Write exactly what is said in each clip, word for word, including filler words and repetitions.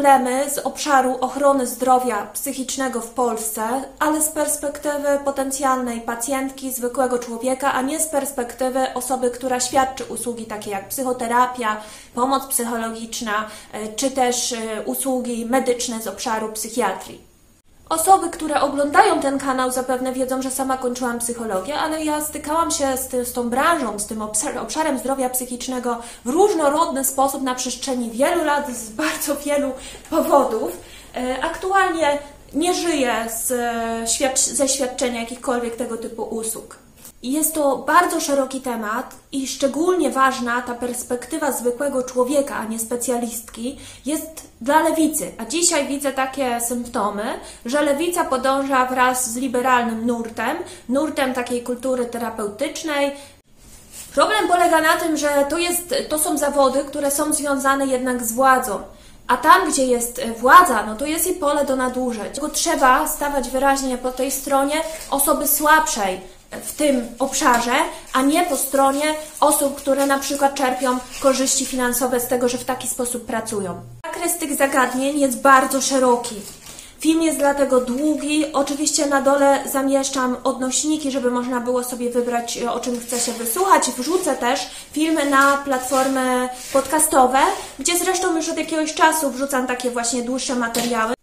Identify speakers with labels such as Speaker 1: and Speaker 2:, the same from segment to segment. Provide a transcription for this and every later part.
Speaker 1: problemy z obszaru ochrony zdrowia psychicznego w Polsce, ale z perspektywy potencjalnej pacjentki, zwykłego człowieka, a nie z perspektywy osoby, która świadczy usługi takie jak psychoterapia, pomoc psychologiczna, czy też usługi medyczne z obszaru psychiatrii. Osoby, które oglądają ten kanał, zapewne wiedzą, że sama kończyłam psychologię, ale ja stykałam się z, ty, z tą branżą, z tym obszarem zdrowia psychicznego w różnorodny sposób na przestrzeni wielu lat, z bardzo wielu powodów. Aktualnie nie żyję z, ze świadczenia jakichkolwiek tego typu usług. Jest to bardzo szeroki temat i szczególnie ważna ta perspektywa zwykłego człowieka, a nie specjalistki, jest dla lewicy. A dzisiaj widzę takie symptomy, że lewica podąża wraz z liberalnym nurtem, nurtem takiej kultury terapeutycznej. Problem polega na tym, że to, jest, to są zawody, które są związane jednak z władzą. A tam, gdzie jest władza, no to jest i pole do nadużyć. Dlatego trzeba stawać wyraźnie po tej stronie osoby słabszej w tym obszarze, a nie po stronie osób, które na przykład czerpią korzyści finansowe z tego, że w taki sposób pracują. Zakres tych zagadnień jest bardzo szeroki. Film jest dlatego długi. Oczywiście na dole zamieszczam odnośniki, żeby można było sobie wybrać, o czym chce się wysłuchać. Wrzucę też filmy na platformy podcastowe, gdzie zresztą już od jakiegoś czasu wrzucam takie właśnie dłuższe materiały.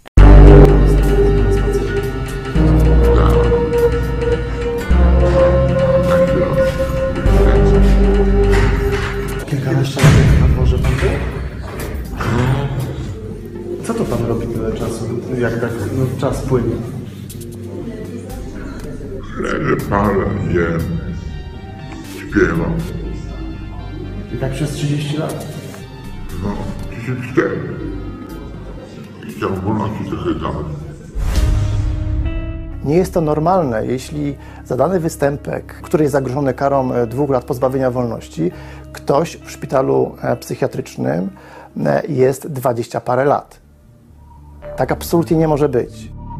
Speaker 2: Kilkanaście lat na dworze pan był? Co to pan robi tyle czasu, jak tak no, czas płynie?
Speaker 3: Leżę, palę, jem, śpiewam.
Speaker 2: I tak przez trzydzieści lat?
Speaker 3: No, trzydzieści cztery. I chciałbym wolności trochę dać.
Speaker 2: Nie jest to normalne, jeśli za dany występek, który jest zagrożony karą dwóch lat pozbawienia wolności, ktoś w szpitalu psychiatrycznym jest dwadzieścia parę lat. Tak absolutnie nie może być.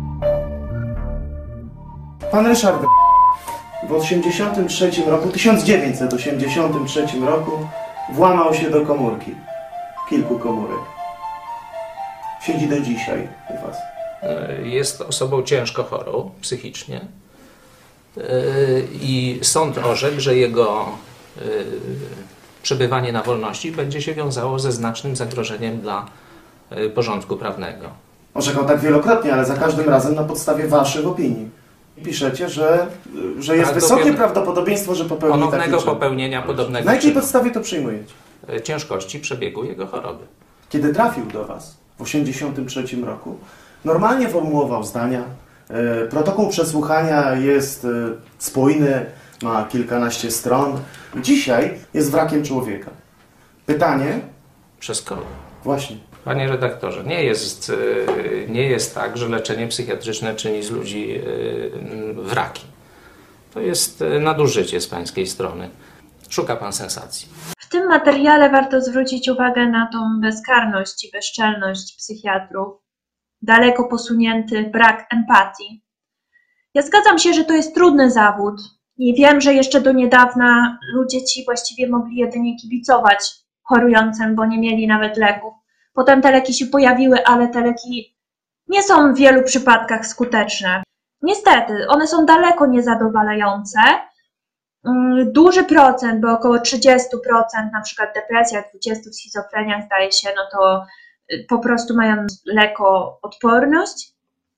Speaker 2: Pan Ryszard w osiemdziesiątym trzecim roku, tysiąc dziewięćset osiemdziesiątym trzecim roku włamał się do komórki. Kilku komórek. Siedzi do dzisiaj u was.
Speaker 4: Jest osobą ciężko chorą psychicznie i sąd orzekł, że jego przebywanie na wolności będzie się wiązało ze znacznym zagrożeniem dla porządku prawnego.
Speaker 2: Orzekał tak wielokrotnie, ale za każdym razem na podstawie waszych opinii. Piszecie, że, że jest wysokie prawdopodobieństwo, że popełni taki czyn.
Speaker 4: Ponownego popełnienia podobnego
Speaker 2: Na jakiej
Speaker 4: czynu.
Speaker 2: podstawie to przyjmujecie?
Speaker 4: Ciężkości przebiegu jego choroby.
Speaker 2: Kiedy trafił do was w osiemdziesiątym trzecim roku, normalnie formułował zdania. E, protokół przesłuchania jest e, spójny, ma kilkanaście stron. Dzisiaj jest wrakiem człowieka. Pytanie?
Speaker 4: Przez kogo?
Speaker 2: Właśnie.
Speaker 4: Panie redaktorze, nie jest, nie jest tak, że leczenie psychiatryczne czyni z ludzi wraki. To jest nadużycie z pańskiej strony. Szuka pan sensacji.
Speaker 1: W tym materiale warto zwrócić uwagę na tą bezkarność i bezczelność psychiatrów, daleko posunięty brak empatii. Ja zgadzam się, że to jest trudny zawód i wiem, że jeszcze do niedawna ludzie ci właściwie mogli jedynie kibicować chorującym, bo nie mieli nawet leków. Potem te leki się pojawiły, ale te leki nie są w wielu przypadkach skuteczne. Niestety, one są daleko niezadowalające. Duży procent, bo około trzydzieści procent, na przykład depresja, dwadzieścia procent schizofrenia zdaje się, no to po prostu mają lekoodporność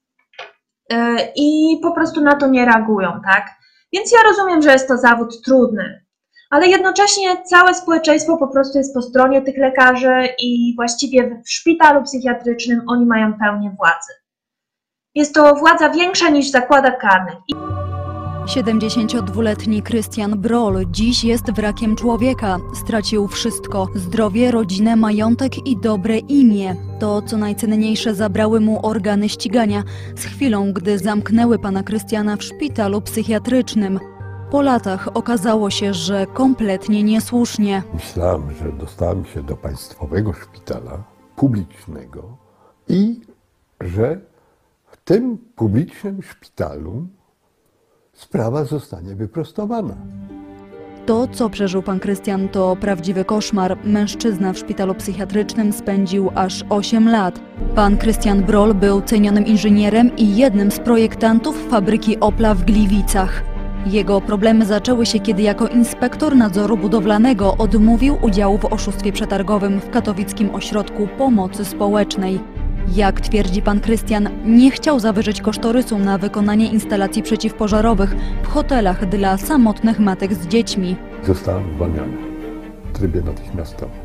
Speaker 1: i po prostu na to nie reagują, tak? Więc ja rozumiem, że jest to zawód trudny. Ale jednocześnie całe społeczeństwo po prostu jest po stronie tych lekarzy i właściwie w szpitalu psychiatrycznym oni mają pełnię władzy. Jest to władza większa niż w zakładach karnych.
Speaker 5: siedemdziesięciodwuletni Krystian Broll dziś jest wrakiem człowieka. Stracił wszystko: zdrowie, rodzinę, majątek i dobre imię. To, co najcenniejsze, zabrały mu organy ścigania z chwilą, gdy zamknęły pana Krystiana w szpitalu psychiatrycznym. Po latach okazało się, że kompletnie niesłusznie.
Speaker 6: Myślałem, że dostałem się do państwowego szpitala publicznego i że w tym publicznym szpitalu sprawa zostanie wyprostowana.
Speaker 5: To, co przeżył pan Krystian, to prawdziwy koszmar. Mężczyzna w szpitalu psychiatrycznym spędził aż osiem lat. Pan Krystian Broll był cenionym inżynierem i jednym z projektantów fabryki Opla w Gliwicach. Jego problemy zaczęły się, kiedy jako inspektor nadzoru budowlanego odmówił udziału w oszustwie przetargowym w katowickim ośrodku pomocy społecznej. Jak twierdzi pan Krystian, nie chciał zawyżyć kosztorysu na wykonanie instalacji przeciwpożarowych w hotelach dla samotnych matek z dziećmi.
Speaker 6: Zostałem zwolniony w trybie natychmiastowym.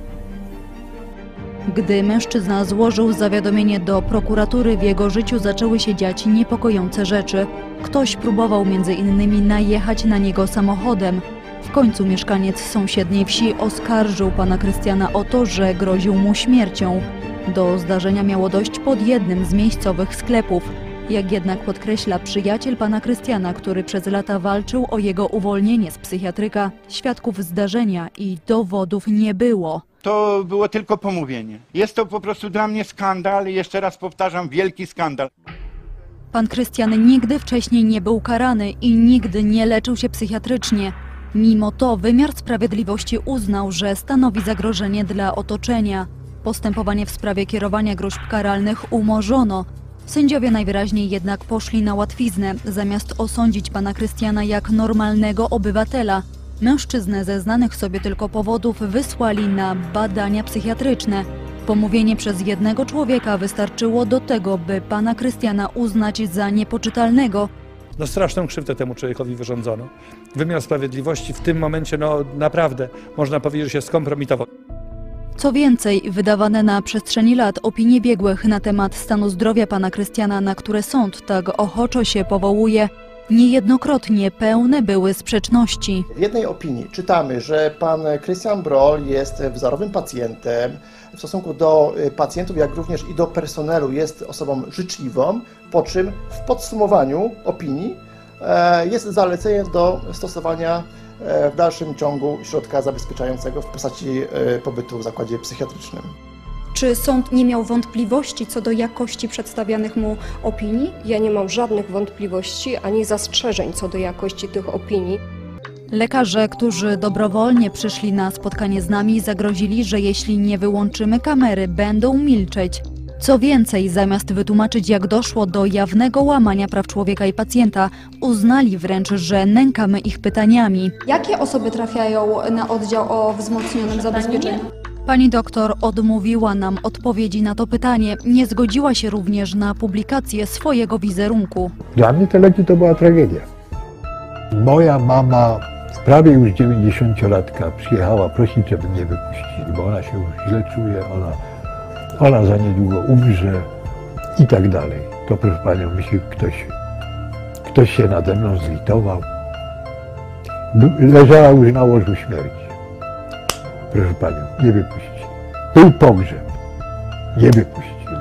Speaker 5: Gdy mężczyzna złożył zawiadomienie do prokuratury, w jego życiu zaczęły się dziać niepokojące rzeczy. Ktoś próbował między innymi najechać na niego samochodem. W końcu mieszkaniec sąsiedniej wsi oskarżył pana Krystiana o to, że groził mu śmiercią. Do zdarzenia miało dojść pod jednym z miejscowych sklepów. Jak jednak podkreśla przyjaciel pana Krystiana, który przez lata walczył o jego uwolnienie z psychiatryka, świadków zdarzenia i dowodów nie było.
Speaker 7: To było tylko pomówienie. Jest to po prostu dla mnie skandal i jeszcze raz powtarzam, wielki skandal.
Speaker 5: Pan Krystian nigdy wcześniej nie był karany i nigdy nie leczył się psychiatrycznie. Mimo to wymiar sprawiedliwości uznał, że stanowi zagrożenie dla otoczenia. Postępowanie w sprawie kierowania groźb karalnych umorzono. Sędziowie najwyraźniej jednak poszli na łatwiznę, zamiast osądzić pana Krystiana jak normalnego obywatela. Mężczyznę ze znanych sobie tylko powodów wysłali na badania psychiatryczne. Pomówienie przez jednego człowieka wystarczyło do tego, by pana Krystiana uznać za niepoczytalnego.
Speaker 8: No straszną krzywdę temu człowiekowi wyrządzono. Wymiar sprawiedliwości w tym momencie, no naprawdę, można powiedzieć, że się skompromitował.
Speaker 5: Co więcej, wydawane na przestrzeni lat opinie biegłych na temat stanu zdrowia pana Krystiana, na które sąd tak ochoczo się powołuje, niejednokrotnie pełne były sprzeczności.
Speaker 9: W jednej opinii czytamy, że pan Krystian Broll jest wzorowym pacjentem, w stosunku do pacjentów, jak również i do personelu jest osobą życzliwą, po czym w podsumowaniu opinii jest zalecenie do stosowania w dalszym ciągu środka zabezpieczającego w postaci pobytu w zakładzie psychiatrycznym.
Speaker 10: Czy sąd nie miał wątpliwości co do jakości przedstawianych mu opinii?
Speaker 11: Ja nie mam żadnych wątpliwości ani zastrzeżeń co do jakości tych opinii.
Speaker 5: Lekarze, którzy dobrowolnie przyszli na spotkanie z nami, zagrozili, że jeśli nie wyłączymy kamery, będą milczeć. Co więcej, zamiast wytłumaczyć, jak doszło do jawnego łamania praw człowieka i pacjenta, uznali wręcz, że nękamy ich pytaniami.
Speaker 10: Jakie osoby trafiają na oddział o wzmocnionym zabezpieczeniu?
Speaker 5: Pani doktor odmówiła nam odpowiedzi na to pytanie. Nie zgodziła się również na publikację swojego wizerunku.
Speaker 6: Dla mnie te leki to była tragedia. Moja mama, prawie już dziewięćdziesięciolatka, przyjechała prosić, żeby mnie wypuścili, bo ona się już źle czuje, ona, ona za niedługo umrze i tak dalej. To proszę panią, myśli, ktoś, ktoś się nade mną zlitował. Leżała już na łożu śmierci. Proszę panią, nie wypuścili. Był pogrzeb. Nie wypuścili.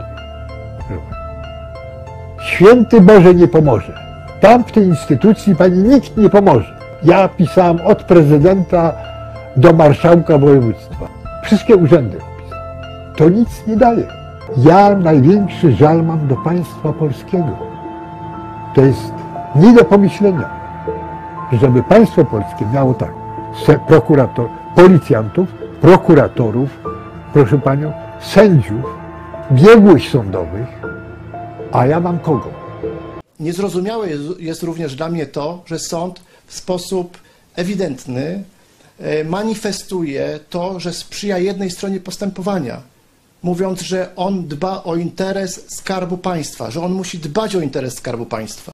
Speaker 6: Święty Boże nie pomoże. Tam w tej instytucji pani nikt nie pomoże. Ja pisałem od prezydenta do marszałka województwa. Wszystkie urzędy opisałem. To nic nie daje. Ja największy żal mam do państwa polskiego. To jest nie do pomyślenia, żeby państwo polskie miało tak, prokurator, policjantów, prokuratorów, proszę panią, sędziów, biegłych sądowych, a ja mam kogo?
Speaker 9: Niezrozumiałe jest również dla mnie to, że sąd w sposób ewidentny manifestuje to, że sprzyja jednej stronie postępowania, mówiąc, że on dba o interes Skarbu Państwa, że on musi dbać o interes Skarbu Państwa.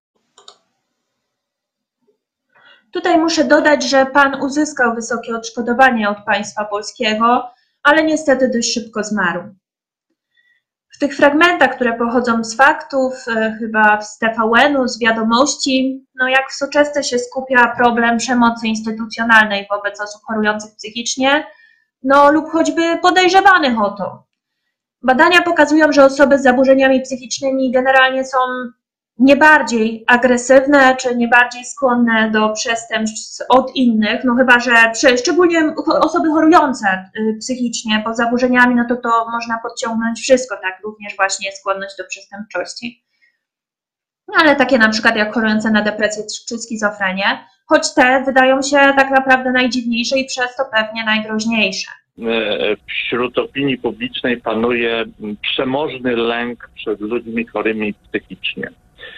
Speaker 1: Tutaj muszę dodać, że pan uzyskał wysokie odszkodowanie od państwa polskiego, ale niestety dość szybko zmarł. W tych fragmentach, które pochodzą z faktów, chyba z T V N-u, z wiadomości, no jak w soczewce się skupia problem przemocy instytucjonalnej wobec osób chorujących psychicznie, no lub choćby podejrzewanych o to. Badania pokazują, że osoby z zaburzeniami psychicznymi generalnie są nie bardziej agresywne, czy nie bardziej skłonne do przestępstw od innych, no chyba, że przy, szczególnie osoby chorujące psychicznie, bo zaburzeniami, no to to można podciągnąć wszystko, tak, również właśnie skłonność do przestępczości. no ale takie na przykład jak chorujące na depresję czy schizofrenię, choć te wydają się tak naprawdę najdziwniejsze i przez to pewnie najgroźniejsze.
Speaker 12: Wśród opinii publicznej panuje przemożny lęk przed ludźmi chorymi psychicznie.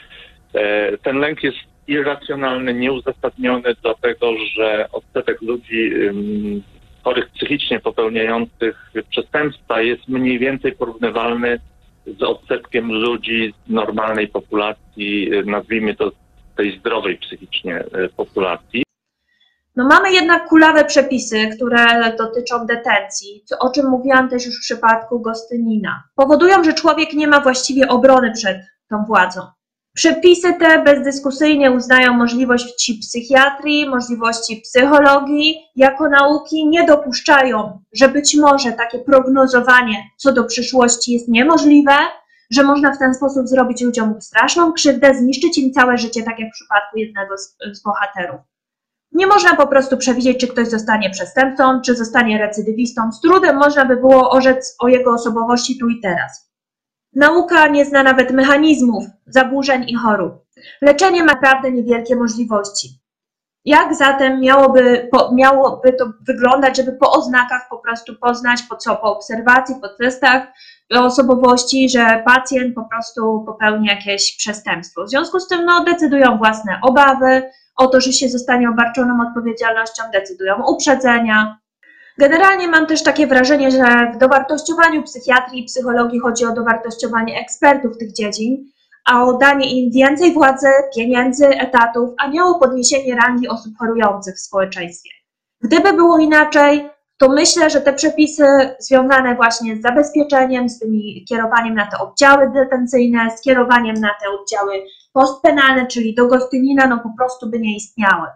Speaker 12: Ten lęk jest irracjonalny, nieuzasadniony, dlatego że odsetek ludzi chorych psychicznie popełniających przestępstwa jest mniej więcej porównywalny z odsetkiem ludzi z normalnej populacji, nazwijmy to tej zdrowej psychicznie populacji.
Speaker 1: No mamy jednak kulawe przepisy, które dotyczą detencji, o czym mówiłam też już w przypadku Gostynina. Powodują, że człowiek nie ma właściwie obrony przed tą władzą. Przepisy te bezdyskusyjnie uznają możliwości psychiatrii, możliwości psychologii jako nauki, nie dopuszczają, że być może takie prognozowanie co do przyszłości jest niemożliwe, że można w ten sposób zrobić ludziom straszną krzywdę, zniszczyć im całe życie, tak jak w przypadku jednego z, z bohaterów. Nie można po prostu przewidzieć, czy ktoś zostanie przestępcą, czy zostanie recydywistą. Z trudem można by było orzec o jego osobowości tu i teraz. Nauka nie zna nawet mechanizmów zaburzeń i chorób. Leczenie ma naprawdę niewielkie możliwości. Jak zatem miałoby, po, miałoby to wyglądać, żeby po oznakach po prostu poznać, po co, po obserwacji, po testach osobowości, że pacjent po prostu popełni jakieś przestępstwo. W związku z tym no, decydują własne obawy o to, że się zostanie obarczoną odpowiedzialnością, decydują uprzedzenia. Generalnie mam też takie wrażenie, że w dowartościowaniu psychiatrii i psychologii chodzi o dowartościowanie ekspertów tych dziedzin, a o danie im więcej władzy, pieniędzy, etatów, a nie o podniesienie rangi osób chorujących w społeczeństwie. Gdyby było inaczej, to myślę, że te przepisy związane właśnie z zabezpieczeniem, z tymi kierowaniem na te oddziały detencyjne, z kierowaniem na te oddziały postpenalne, czyli do Gostynina, no po prostu by nie istniały.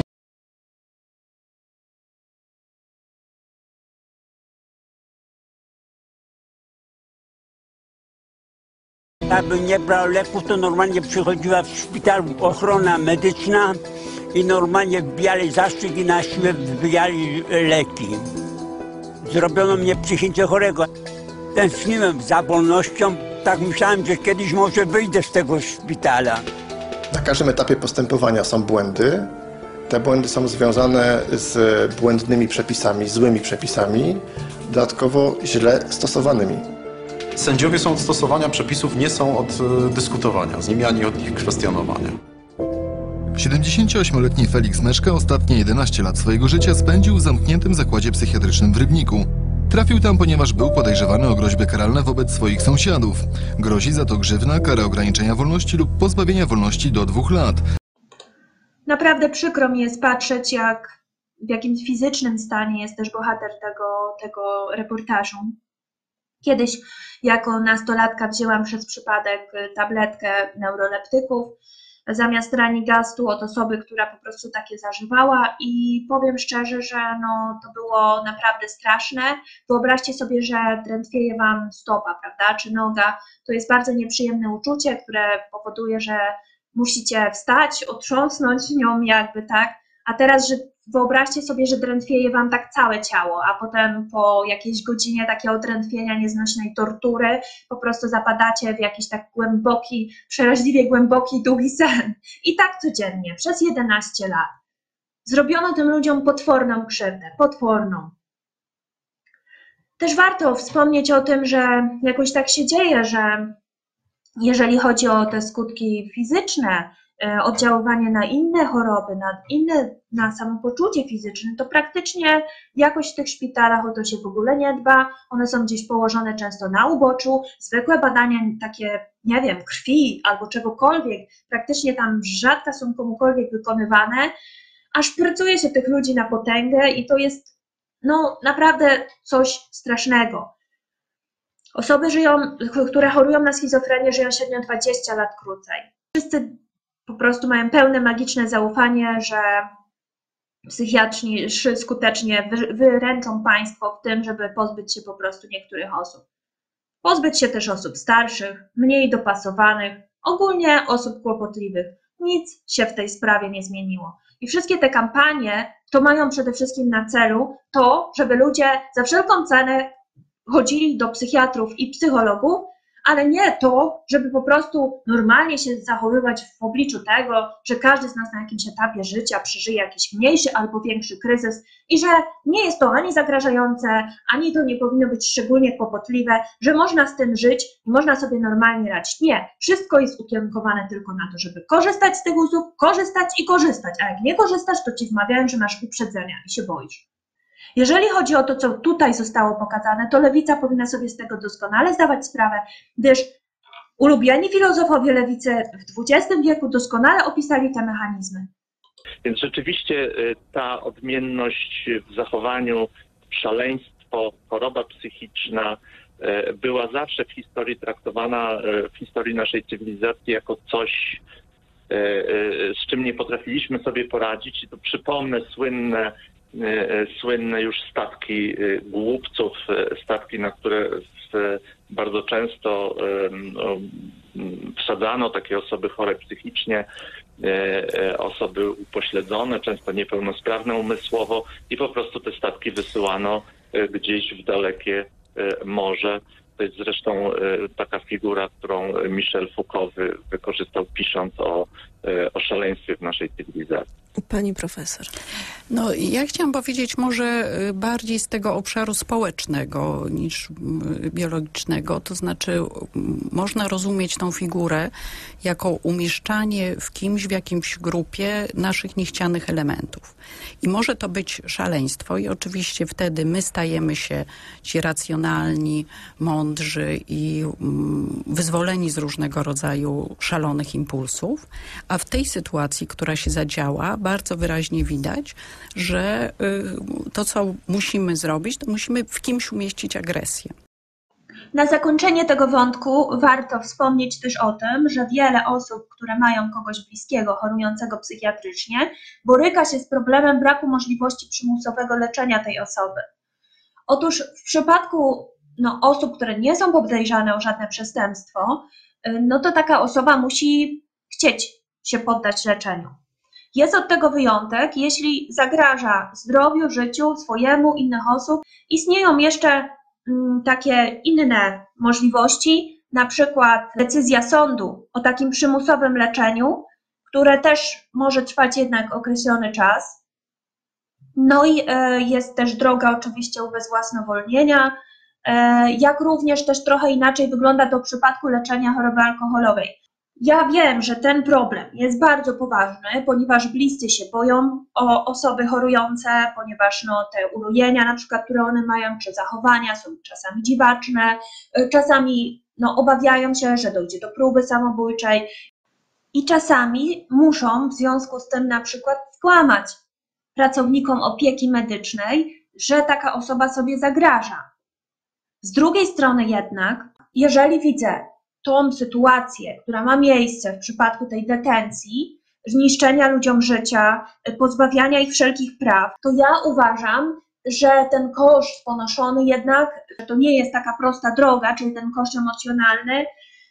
Speaker 13: Aby nie brał leków, to normalnie przychodziła w szpitalu ochrona medyczna i normalnie wbijali zastrzyk i na siłę wbijali leki. Zrobiono mnie psychicznie chorego. Tęskniłem za wolnością, tak myślałem, że kiedyś może wyjdę z tego szpitala.
Speaker 9: Na każdym etapie postępowania są błędy. Te błędy są związane z błędnymi przepisami, złymi przepisami, dodatkowo źle stosowanymi.
Speaker 14: Sędziowie są od stosowania przepisów, nie są od dyskutowania z nimi, ani od ich kwestionowania.
Speaker 15: siedemdziesięcioośmioletni Felix Meszka ostatnie jedenaście lat swojego życia spędził w zamkniętym zakładzie psychiatrycznym w Rybniku. Trafił tam, ponieważ był podejrzewany o groźby karalne wobec swoich sąsiadów. Grozi za to grzywna, kara ograniczenia wolności lub pozbawienia wolności do dwóch lat.
Speaker 1: Naprawdę przykro mi jest patrzeć, jak w jakim fizycznym stanie jest też bohater tego, tego reportażu. Kiedyś jako nastolatka wzięłam przez przypadek tabletkę neuroleptyków zamiast Ranigastu od osoby, która po prostu takie zażywała i powiem szczerze, że no, to było naprawdę straszne. Wyobraźcie sobie, że drętwieje wam stopa, prawda, czy noga. To jest bardzo nieprzyjemne uczucie, które powoduje, że musicie wstać, otrząsnąć nią jakby, tak, a teraz, że wyobraźcie sobie, że drętwieje wam tak całe ciało, a potem po jakiejś godzinie takiego drętwienia, nieznośnej tortury, po prostu zapadacie w jakiś tak głęboki, przeraźliwie głęboki, długi sen. I tak codziennie, przez jedenaście lat. Zrobiono tym ludziom potworną krzywdę, potworną. Też warto wspomnieć o tym, że jakoś tak się dzieje, że jeżeli chodzi o te skutki fizyczne, oddziaływanie na inne choroby, na inne, na samopoczucie fizyczne, to praktycznie jakoś w tych szpitalach o to się w ogóle nie dba. One są gdzieś położone często na uboczu. Zwykłe badania takie, nie wiem, krwi albo czegokolwiek, praktycznie tam rzadko są komukolwiek wykonywane, a szprycuje się tych ludzi na potęgę i to jest no naprawdę coś strasznego. Osoby żyją, które chorują na schizofrenię, żyją średnio dwadzieścia lat krócej. Wszyscy po prostu mają pełne magiczne zaufanie, że psychiatrzy skutecznie wyręczą państwo w tym, żeby pozbyć się po prostu niektórych osób. Pozbyć się też osób starszych, mniej dopasowanych, ogólnie osób kłopotliwych. Nic się w tej sprawie nie zmieniło. I wszystkie te kampanie to mają przede wszystkim na celu to, żeby ludzie za wszelką cenę chodzili do psychiatrów i psychologów,
Speaker 16: ale nie to, żeby po prostu normalnie się zachowywać w obliczu tego, że każdy z nas na jakimś etapie życia przeżyje jakiś mniejszy albo większy kryzys i że nie jest to ani zagrażające, ani to nie powinno być szczególnie kłopotliwe, że można z tym żyć i można sobie normalnie radzić. Nie, wszystko jest ukierunkowane tylko na to, żeby korzystać z tych usług, korzystać i korzystać, a jak nie korzystasz, to ci wmawiają, że masz uprzedzenia i się boisz. Jeżeli chodzi o to, co tutaj zostało pokazane, to lewica powinna sobie z tego doskonale zdawać sprawę, gdyż ulubieni filozofowie lewicy w dwudziestym wieku doskonale opisali te mechanizmy.
Speaker 12: Więc rzeczywiście ta odmienność w zachowaniu, szaleństwo, choroba psychiczna była zawsze w historii traktowana, w historii naszej cywilizacji jako coś, z czym nie potrafiliśmy sobie poradzić. I to przypomnę słynne słynne już statki głupców, statki, na które bardzo często wsadzano takie osoby chore psychicznie, osoby upośledzone, często niepełnosprawne umysłowo i po prostu te statki wysyłano gdzieś w dalekie morze. To jest zresztą taka figura, którą Michel Foucault wykorzystał, pisząc o, o szaleństwie w naszej cywilizacji.
Speaker 17: Pani profesor.
Speaker 18: No, ja chciałam powiedzieć może bardziej z tego obszaru społecznego niż biologicznego. To znaczy można rozumieć tą figurę jako umieszczanie w kimś, w jakimś grupie naszych niechcianych elementów. I może to być szaleństwo i oczywiście wtedy my stajemy się ci racjonalni, mądrzy i wyzwoleni z różnego rodzaju szalonych impulsów, a w tej sytuacji, która się zadziała, bardzo wyraźnie widać, że to, co musimy zrobić, to musimy w kimś umieścić agresję.
Speaker 16: Na zakończenie tego wątku warto wspomnieć też o tym, że wiele osób, które mają kogoś bliskiego chorującego psychiatrycznie, boryka się z problemem braku możliwości przymusowego leczenia tej osoby. Otóż w przypadku no, osób, które nie są podejrzane o żadne przestępstwo, no to taka osoba musi chcieć się poddać leczeniu. Jest od tego wyjątek, jeśli zagraża zdrowiu, życiu swojemu, innych osób. Istnieją jeszcze mm, takie inne możliwości, na przykład decyzja sądu o takim przymusowym leczeniu, które też może trwać jednak określony czas. No i e, jest też droga oczywiście ubezwłasnowolnienia, e, jak również też trochę inaczej wygląda to w przypadku leczenia choroby alkoholowej. Ja wiem, że ten problem jest bardzo poważny, ponieważ bliscy się boją o osoby chorujące, ponieważ no, te urojenia, na przykład, które one mają, czy zachowania są czasami dziwaczne, czasami no, obawiają się, że dojdzie do próby samobójczej i czasami muszą w związku z tym na przykład skłamać pracownikom opieki medycznej, że taka osoba sobie zagraża. Z drugiej strony jednak, jeżeli widzę tą sytuację, która ma miejsce w przypadku tej detencji, zniszczenia ludziom życia, pozbawiania ich wszelkich praw, to ja uważam, że ten koszt ponoszony jednak, że to nie jest taka prosta droga, czyli ten koszt emocjonalny,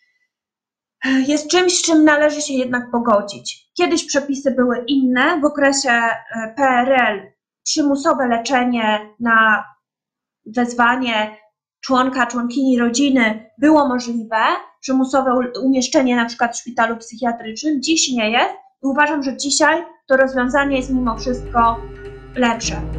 Speaker 16: jest czymś, z czym należy się jednak pogodzić. Kiedyś przepisy były inne, w okresie P R L przymusowe leczenie na wezwanie członka, członkini rodziny było możliwe, przymusowe umieszczenie na przykład w szpitalu psychiatrycznym, dziś nie jest i uważam, że dzisiaj to rozwiązanie jest mimo wszystko lepsze.